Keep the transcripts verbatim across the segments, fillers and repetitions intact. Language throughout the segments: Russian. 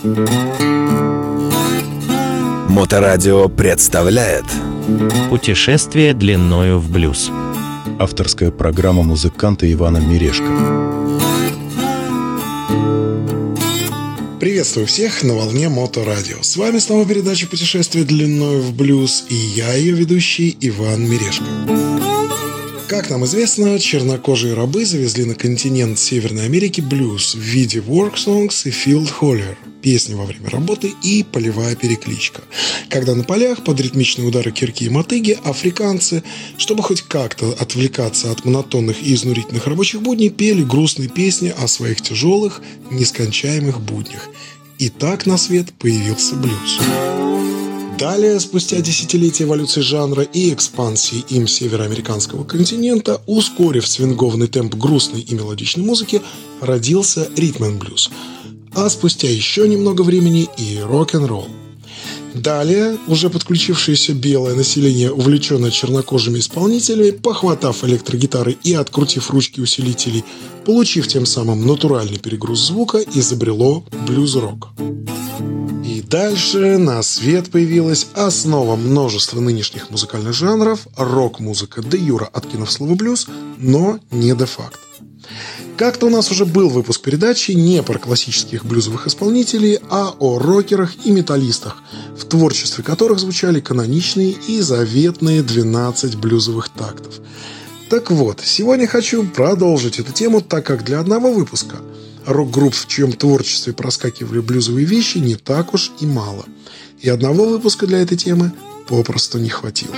Моторадио представляет «Путешествие длиною в блюз». Авторская программа музыканта Ивана Мирешко. Приветствую всех на волне Моторадио. С вами снова передача «Путешествие длиною в блюз» и я, ее ведущий, Иван Мирешко. Как нам известно, чернокожие рабы завезли на континент Северной Америки блюз в виде work songs и field holler, песни во время работы и полевая перекличка, когда на полях под ритмичные удары кирки и мотыги африканцы, чтобы хоть как-то отвлекаться от монотонных и изнурительных рабочих будней, пели грустные песни о своих тяжелых, нескончаемых буднях. И так на свет появился блюз. Далее, спустя десятилетия эволюции жанра и экспансии им североамериканского континента, ускорив свинговный темп грустной и мелодичной музыки, родился ритм-н-блюз, а спустя еще немного времени и рок-н-ролл. Далее, уже подключившееся белое население, увлеченное чернокожими исполнителями, похватав электрогитары и открутив ручки усилителей, получив тем самым натуральный перегруз звука, изобрело блюз-рок. И дальше на свет появилась основа множества нынешних музыкальных жанров – рок-музыка, де юра откинув слово блюз, но не де-факто. Как-то у нас уже был выпуск передачи не про классических блюзовых исполнителей, а о рокерах и металлистах, в творчестве которых звучали каноничные и заветные двенадцать блюзовых тактов. Так вот, сегодня хочу продолжить эту тему, так как для одного выпуска рок-групп, в чьем творчестве проскакивали блюзовые вещи, не так уж и мало. И одного выпуска для этой темы попросту не хватило.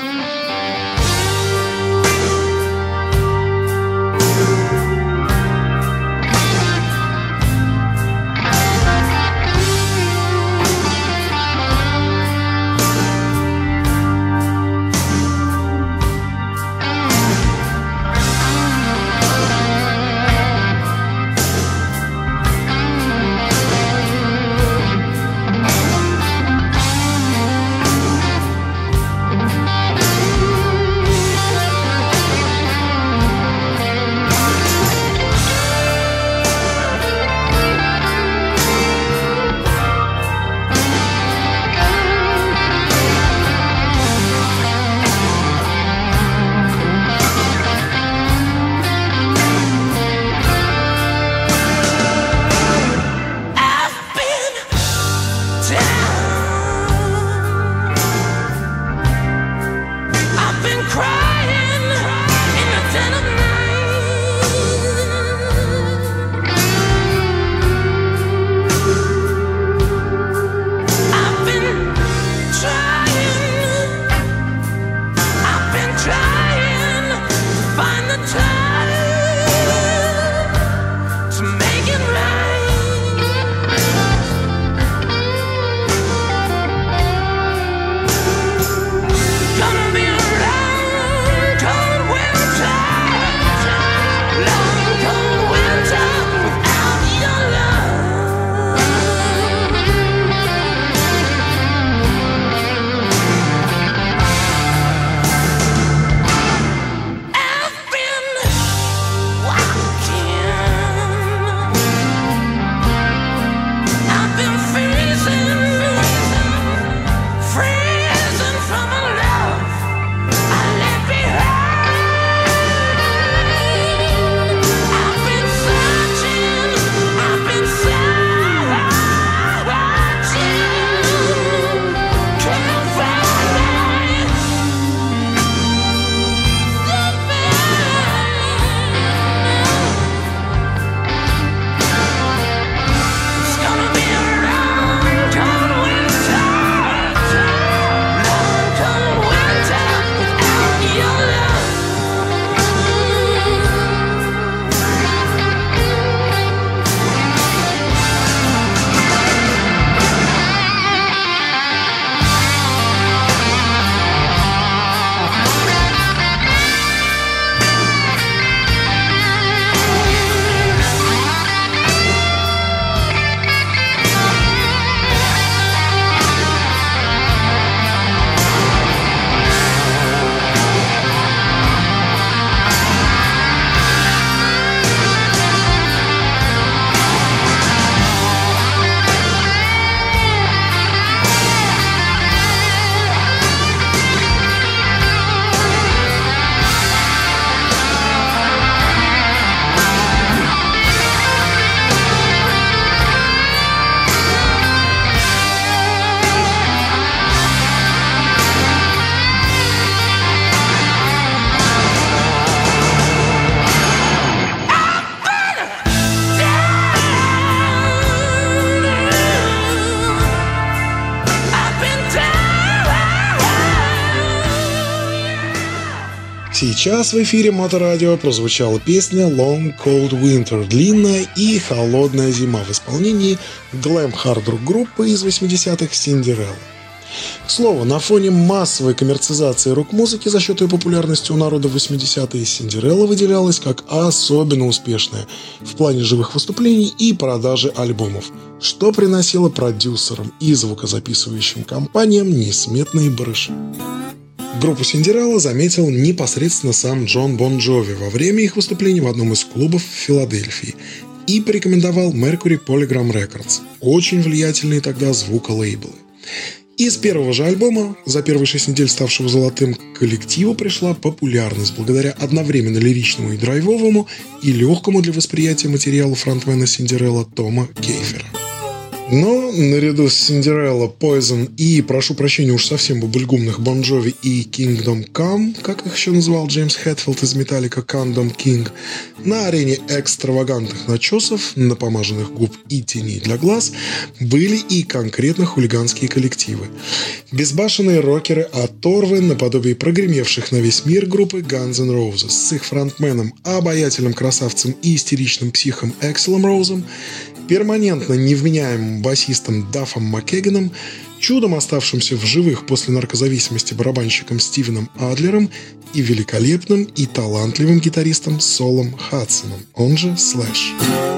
Сейчас в эфире Моторадио прозвучала песня Long Cold Winter, длинная и холодная зима в исполнении глэм-хард-рок группы из восьмидесятых Cinderella. К слову, на фоне массовой коммерциализации рок-музыки за счет ее популярности у народа в восьмидесятые Cinderella выделялась как особенно успешная в плане живых выступлений и продажи альбомов, что приносило продюсерам и звукозаписывающим компаниям несметные барыши. Группу Cinderella заметил непосредственно сам Джон Бон Джови во время их выступлений в одном из клубов в Филадельфии и порекомендовал Mercury Polygram Records, очень влиятельные тогда звуколейблы. Из первого же альбома, за первые шесть недель ставшего золотым, к коллективу пришла популярность благодаря одновременно лиричному и драйвовому и легкому для восприятия материалу фронтмена Cinderella Тома Кейфера. Но наряду с Cinderella, Poison и, прошу прощения, уж совсем бабульгумных Bon Jovi и Kingdom Come, как их еще называл Джеймс Хэтфилд из Metallica, Kingdom King, на арене экстравагантных начесов, напомаженных губ и теней для глаз были и конкретно хулиганские коллективы. Безбашенные рокеры от Торвы, наподобие прогремевших на весь мир группы Guns N' Roses с их фронтменом, обаятельным красавцем и истеричным психом Экселом Роузом, перманентно невменяемым басистом Даффом Маккеганом, чудом оставшимся в живых после наркозависимости барабанщиком Стивеном Адлером и великолепным и талантливым гитаристом Солом Хадсоном, он же Слэш.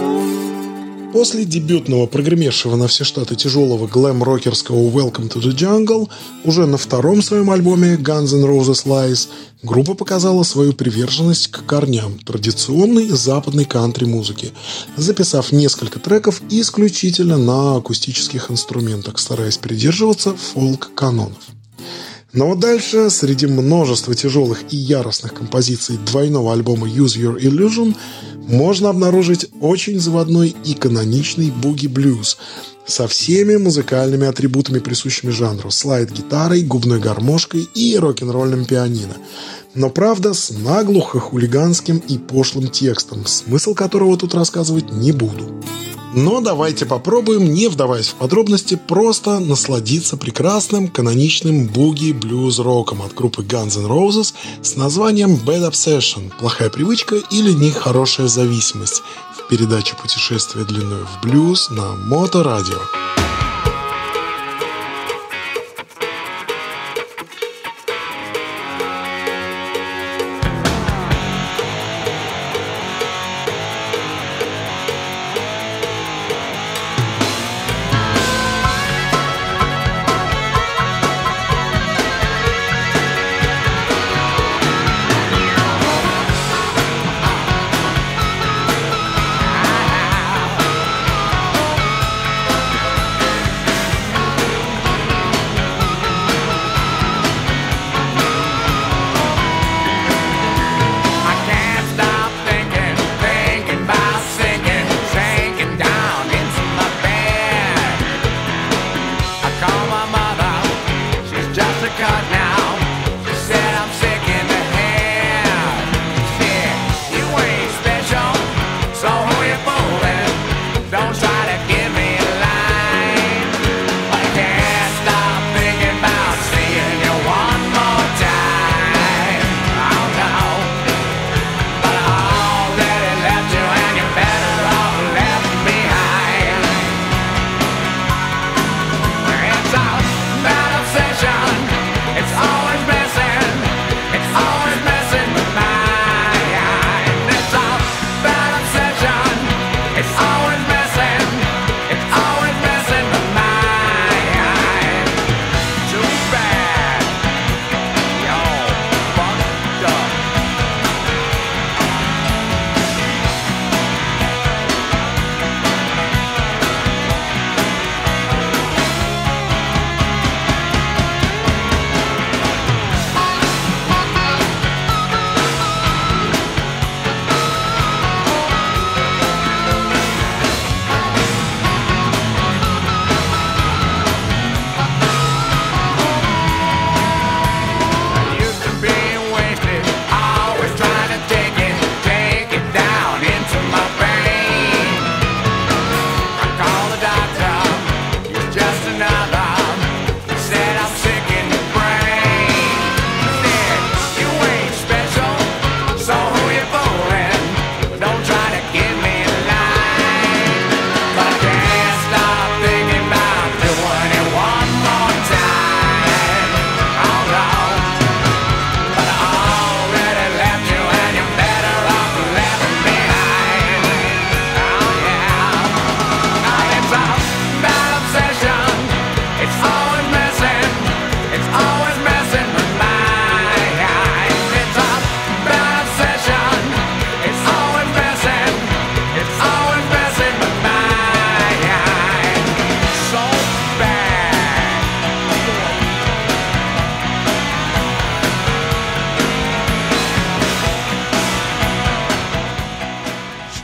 После дебютного, прогремевшего на все штаты тяжелого глэм-рокерского Welcome to the Jungle, уже на втором своем альбоме Guns N' Roses Lies группа показала свою приверженность к корням традиционной западной кантри-музыки, записав несколько треков исключительно на акустических инструментах, стараясь придерживаться фолк-канонов. Но вот дальше, среди множества тяжелых и яростных композиций двойного альбома Use Your Illusion, можно обнаружить очень заводной и каноничный буги-блюз со всеми музыкальными атрибутами, присущими жанру: слайд-гитарой, губной гармошкой и рок-н-ролльным пианино. Но, правда, с наглухо хулиганским и пошлым текстом, смысл которого тут рассказывать не буду. Но давайте попробуем, не вдаваясь в подробности, просто насладиться прекрасным каноничным буги-блюз-роком от группы Guns N' Roses с названием Bad Obsession – плохая привычка или нехорошая зависимость в передаче «Путешествие длиною в блюз» на Моторадио.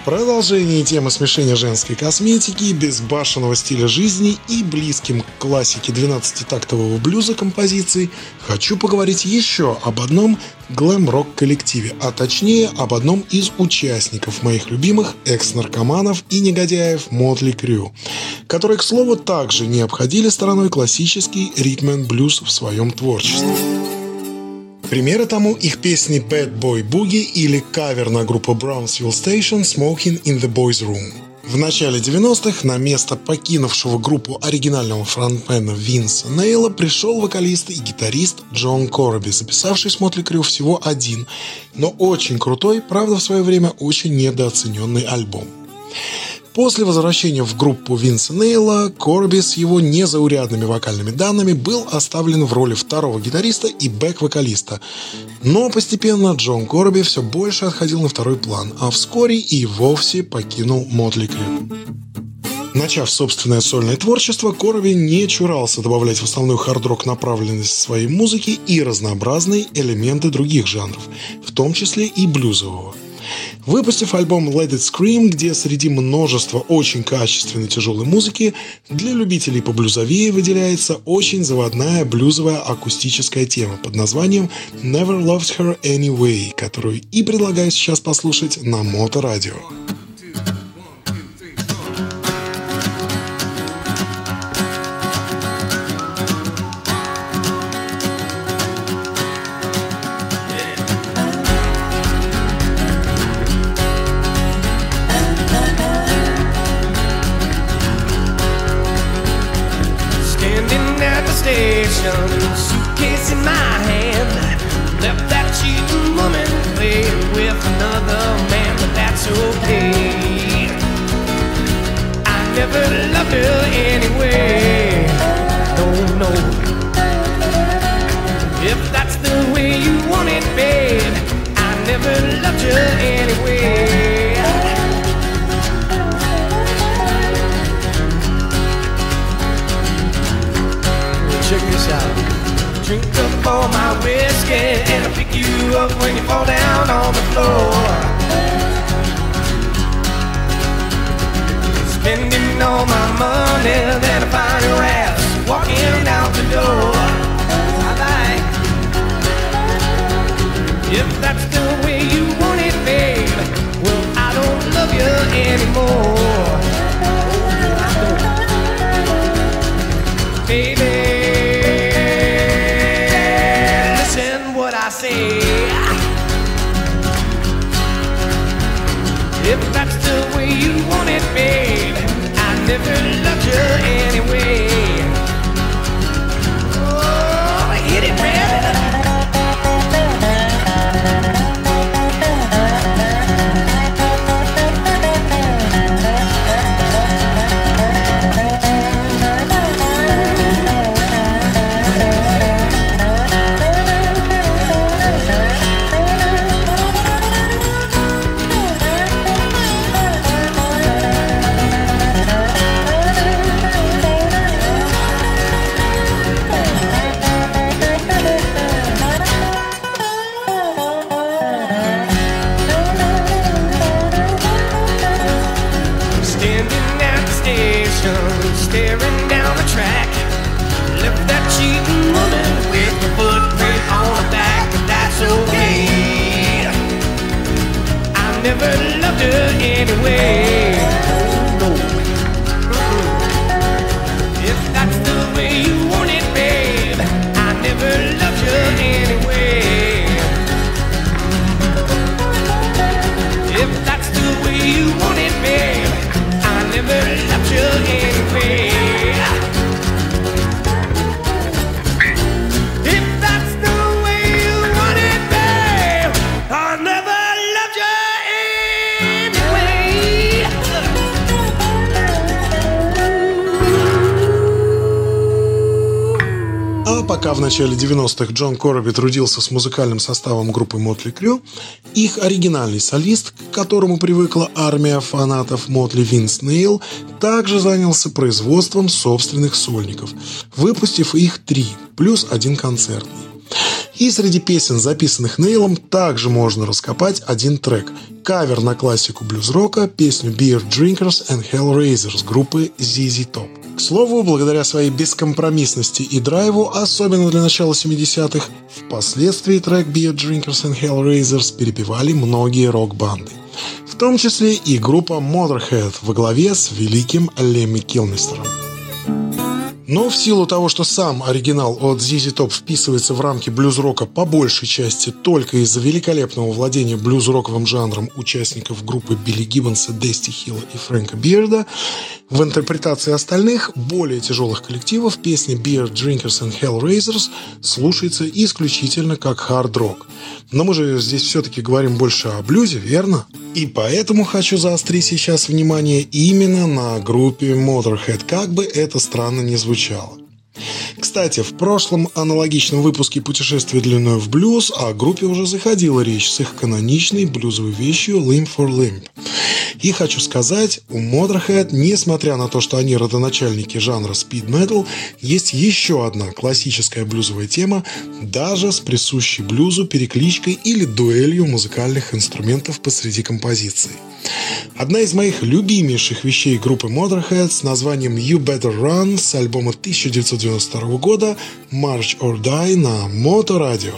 продолжение темы смешения женской косметики, безбашенного стиля жизни и близким к классике двенадцатитактового блюза композиций хочу поговорить еще об одном глэм-рок коллективе, а точнее об одном из участников моих любимых экс-наркоманов и негодяев Motley Crue, которые, к слову, также не обходили стороной классический ритм-н-блюз в своем творчестве. Примеры тому их песни Bad Boy Boogie или кавер на группу Brownsville Station Smoking in the Boys Room. В начале девяностых на место покинувшего группу оригинального фронтмена Винса Нейла пришел вокалист и гитарист Джон Короби, записавший с Motley Crue всего один, но очень крутой, правда в свое время очень недооцененный альбом. После возвращения в группу Винса Нейла, Короби с его незаурядными вокальными данными был оставлен в роли второго гитариста и бэк-вокалиста. Но постепенно Джон Короби все больше отходил на второй план, а вскоре и вовсе покинул Motley Crue. Начав собственное сольное творчество, Короби не чурался добавлять в основную хард-рок направленность своей музыки и разнообразные элементы других жанров, в том числе и блюзового. Выпустив альбом Let It Scream, где среди множества очень качественной тяжелой музыки для любителей поблюзовее выделяется очень заводная блюзовая акустическая тема под названием Never Loved Her Anyway, которую и предлагаю сейчас послушать на Моторадио. Suitcase in my hand, left that cheating woman playing with another man, but that's okay. I never loved her anyway. No, no. If that's the way you want it, babe, I never loved her anyway. Check this out. Drink up all my whiskey and I'll pick you up when you fall down on the floor. Spending all my money, then I find your ass walking out the door. I like. If that's the way you want it, babe, well, I don't love you anymore. Baby, I say, if that's the way you want it, babe, I never loved you anyway. Oh, hit it, man. Staring down the track, left that cheating woman with the footprint on her back, but that's okay. I never loved her anyway. No. If that's the way you want it, babe, I never loved you anyway. If that's the way you want it, babe, I never loved you anyway. If that's the way you want it, babe, I never loved you anyway. А пока в начале девяностых Джон Короби трудился с музыкальным составом группы Motley Crue, их оригинальный солист, к которому привыкла армия фанатов Motley Винс Нейл, также занялся производством собственных сольников, выпустив их три, плюс один концертный. И среди песен, записанных Нейлом, также можно раскопать один трек – кавер на классику блюз-рока, песню Beer Drinkers and Hellraisers группы зет зет Top. К слову, благодаря своей бескомпромиссности и драйву, особенно для начала семидесятых, впоследствии трек Beer Drinkers and Hellraisers перепевали многие рок-банды, в том числе и группа Motorhead во главе с великим Лемми Килмистером. Но в силу того, что сам оригинал от зет зет Top вписывается в рамки блюз-рока по большей части только из-за великолепного владения блюз-роковым жанром участников группы Билли Гиббонса, Дести Хилла и Фрэнка Бирда, в интерпретации остальных, более тяжелых коллективов песня Beer Drinkers and Hellraisers слушается исключительно как хард-рок. Но мы же здесь все-таки говорим больше о блюзе, верно? И поэтому хочу заострить сейчас внимание именно на группе Motorhead, как бы это странно ни звучало. Кстати, в прошлом аналогичном выпуске «Путешествие длиною в блюз» о группе уже заходила речь с их каноничной блюзовой вещью «Limb for Limb». И хочу сказать, у Motorhead, несмотря на то, что они родоначальники жанра speed metal, есть еще одна классическая блюзовая тема, даже с присущей блюзу перекличкой или дуэлью музыкальных инструментов посреди композиции. Одна из моих любимейших вещей группы Motorhead с названием You Better Run с альбома тысяча девятьсот девяносто второго года March or Die на Моторадио.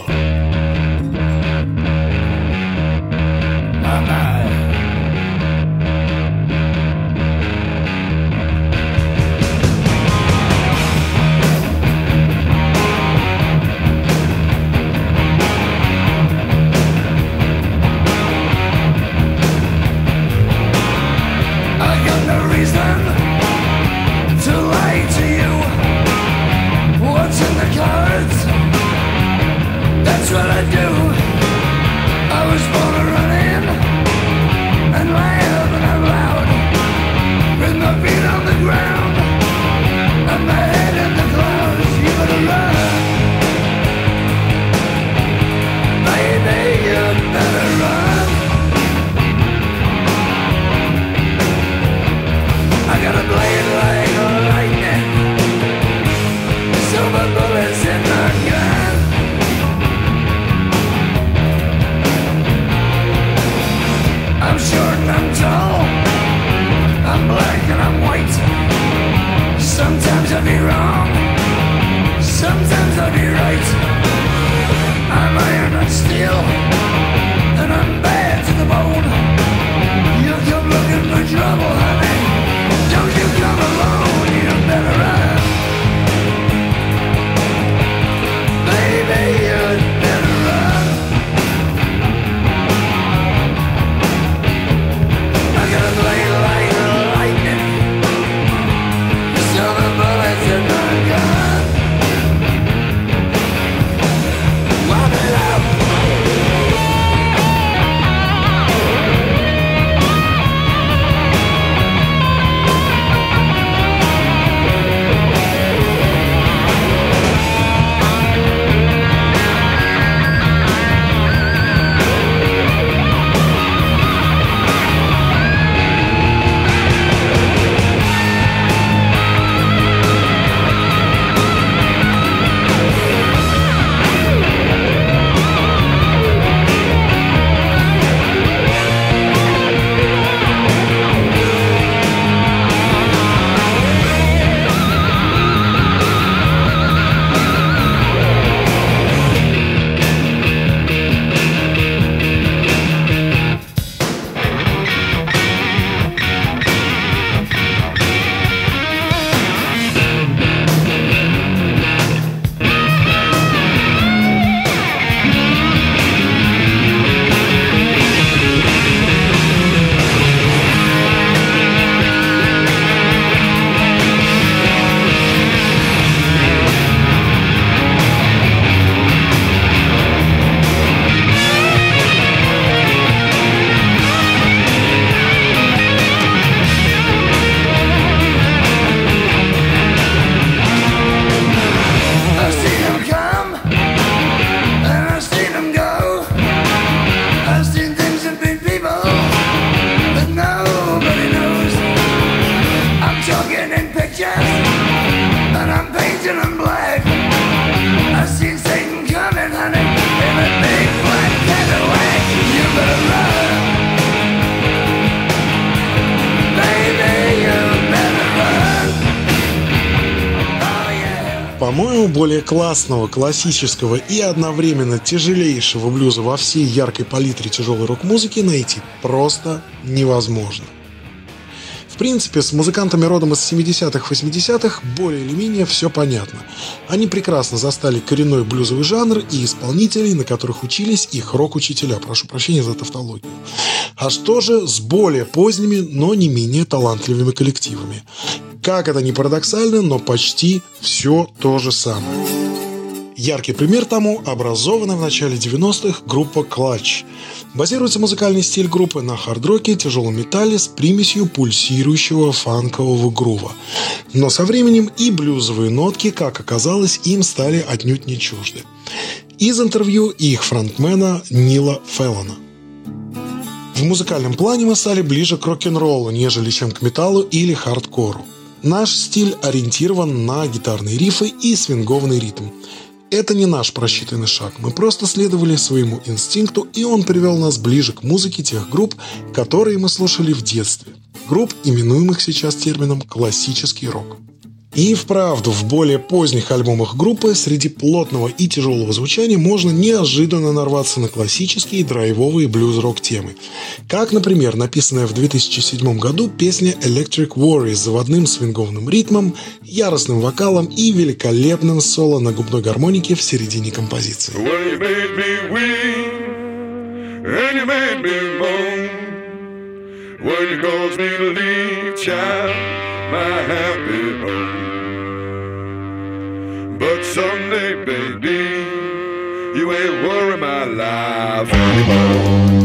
Wipe it out. По-моему, более классного, классического и одновременно тяжелейшего блюза во всей яркой палитре тяжелой рок-музыки найти просто невозможно. В принципе, с музыкантами родом из семидесятых-восьмидесятых более или менее все понятно. Они прекрасно застали коренной блюзовый жанр и исполнителей, на которых учились их рок-учителя. Прошу прощения за тавтологию. А что же с более поздними, но не менее талантливыми коллективами? Как это ни парадоксально, но почти все то же самое. Яркий пример тому – образованная в начале девяностых группа Clutch. Базируется музыкальный стиль группы на хард-роке, тяжелом металле с примесью пульсирующего фанкового грува. Но со временем и блюзовые нотки, как оказалось, им стали отнюдь не чужды. Из интервью их фронтмена Нила Феллона. В музыкальном плане мы стали ближе к рок-н-роллу, нежели чем к металлу или хардкору. Наш стиль ориентирован на гитарные рифы и свингованный ритм. Это не наш просчитанный шаг, мы просто следовали своему инстинкту, и он привел нас ближе к музыке тех групп, которые мы слушали в детстве. Групп, именуемых сейчас термином «классический рок». И вправду, в более поздних альбомах группы среди плотного и тяжелого звучания можно неожиданно нарваться на классические драйвовые блюз-рок темы. Как, например, написанная в две тысячи седьмом году песня Electric Warrior с заводным свингованным ритмом, яростным вокалом и великолепным соло на губной гармонике в середине композиции. My happy home. But someday, baby, you ain't worry my life anymore.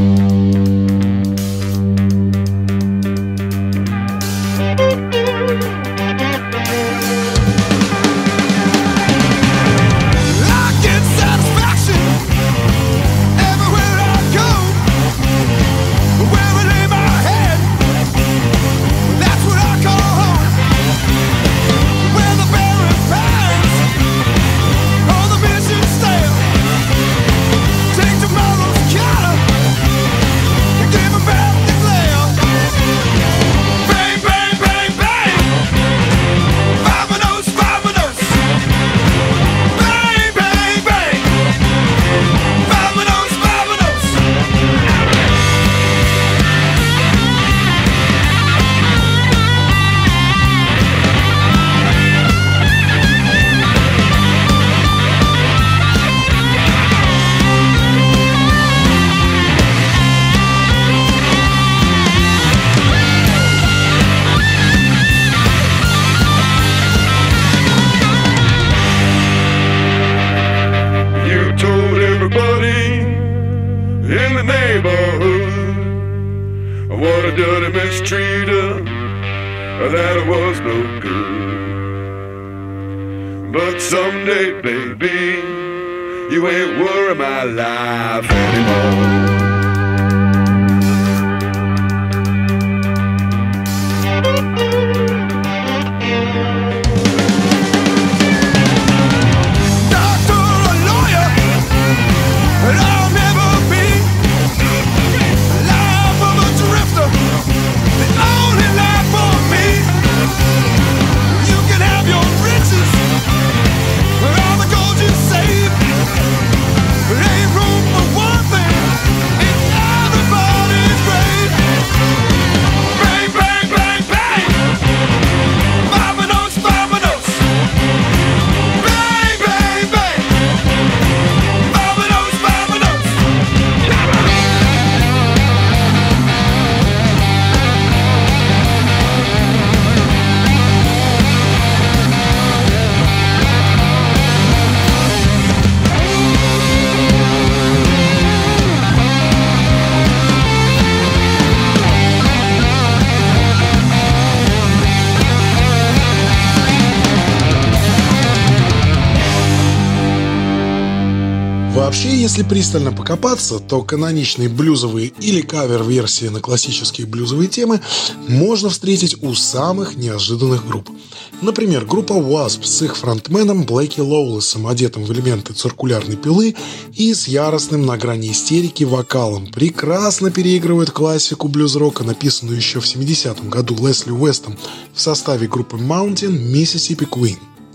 That was no good. But someday, baby, you ain't worry my life anymore. Вообще, если пристально покопаться, то каноничные блюзовые или кавер-версии на классические блюзовые темы можно встретить у самых неожиданных групп. Например, группа Wasp с их фронтменом Блэки Лоулесом, одетым в элементы циркулярной пилы и с яростным на грани истерики вокалом, прекрасно переигрывает классику блюз-рока, написанную еще в семидесятом году Лесли Уэстом в составе группы Mountain Mississippi Queen.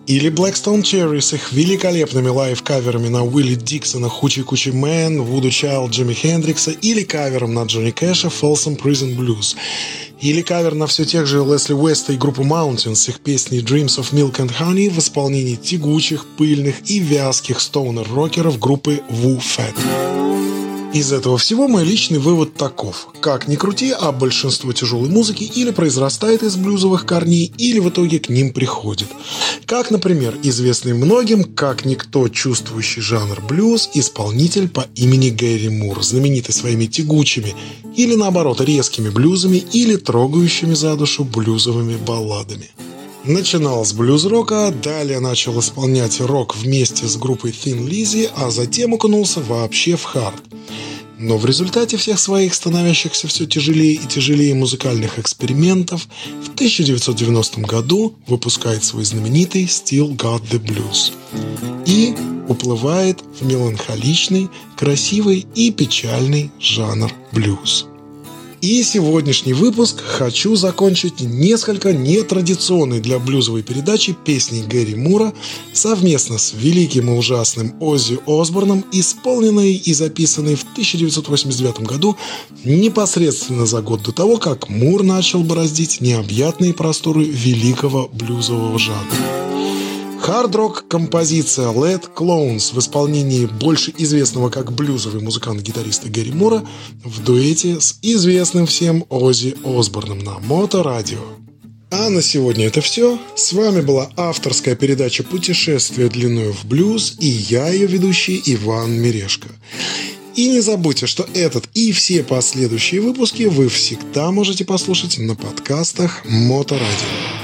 Или Black Stone Cherry с их великолепными лайв-каверами на Уилли Диксона, Hoochie Coochie Man, Voodoo Child, Джимми Хендрикса, или кавером на Джонни Кэша, Folsom Prison Blues. Или кавер на все тех же Лесли Уэста и группу Mountains с их песней Dreams of Milk and Honey в исполнении тягучих, пыльных и вязких стоунер-рокеров группы Wu Fat. Из этого всего мой личный вывод таков. Как ни крути, а большинство тяжелой музыки или произрастает из блюзовых корней, или в итоге к ним приходит. Как, например, известный многим, как никто чувствующий жанр блюз, исполнитель по имени Гэри Мур, знаменитый своими тягучими или, наоборот, резкими блюзами или трогающими за душу блюзовыми балладами. Начинал с блюз-рока, далее начал исполнять рок вместе с группой Thin Lizzy, а затем окунулся вообще в хард. Но в результате всех своих становящихся все тяжелее и тяжелее музыкальных экспериментов в тысяча девятьсот девяностом году выпускает свой знаменитый Still Got the Blues и уплывает в меланхоличный, красивый и печальный жанр блюз. И сегодняшний выпуск хочу закончить несколько нетрадиционной для блюзовой передачи песней Гэри Мура совместно с великим и ужасным Оззи Осборном, исполненной и записанной в тысяча девятьсот восемьдесят девятом году, непосредственно за год до того, как Мур начал бороздить необъятные просторы великого блюзового жанра. Хард-рок композиция Let Clones в исполнении больше известного как блюзовый музыкант-гитариста Гэри Мура в дуэте с известным всем Оззи Осборном на Моторадио. А на сегодня это все. С вами была авторская передача «Путешествие длиною в блюз» и я, ее ведущий Иван Мирешко. И не забудьте, что этот и все последующие выпуски вы всегда можете послушать на подкастах Моторадио.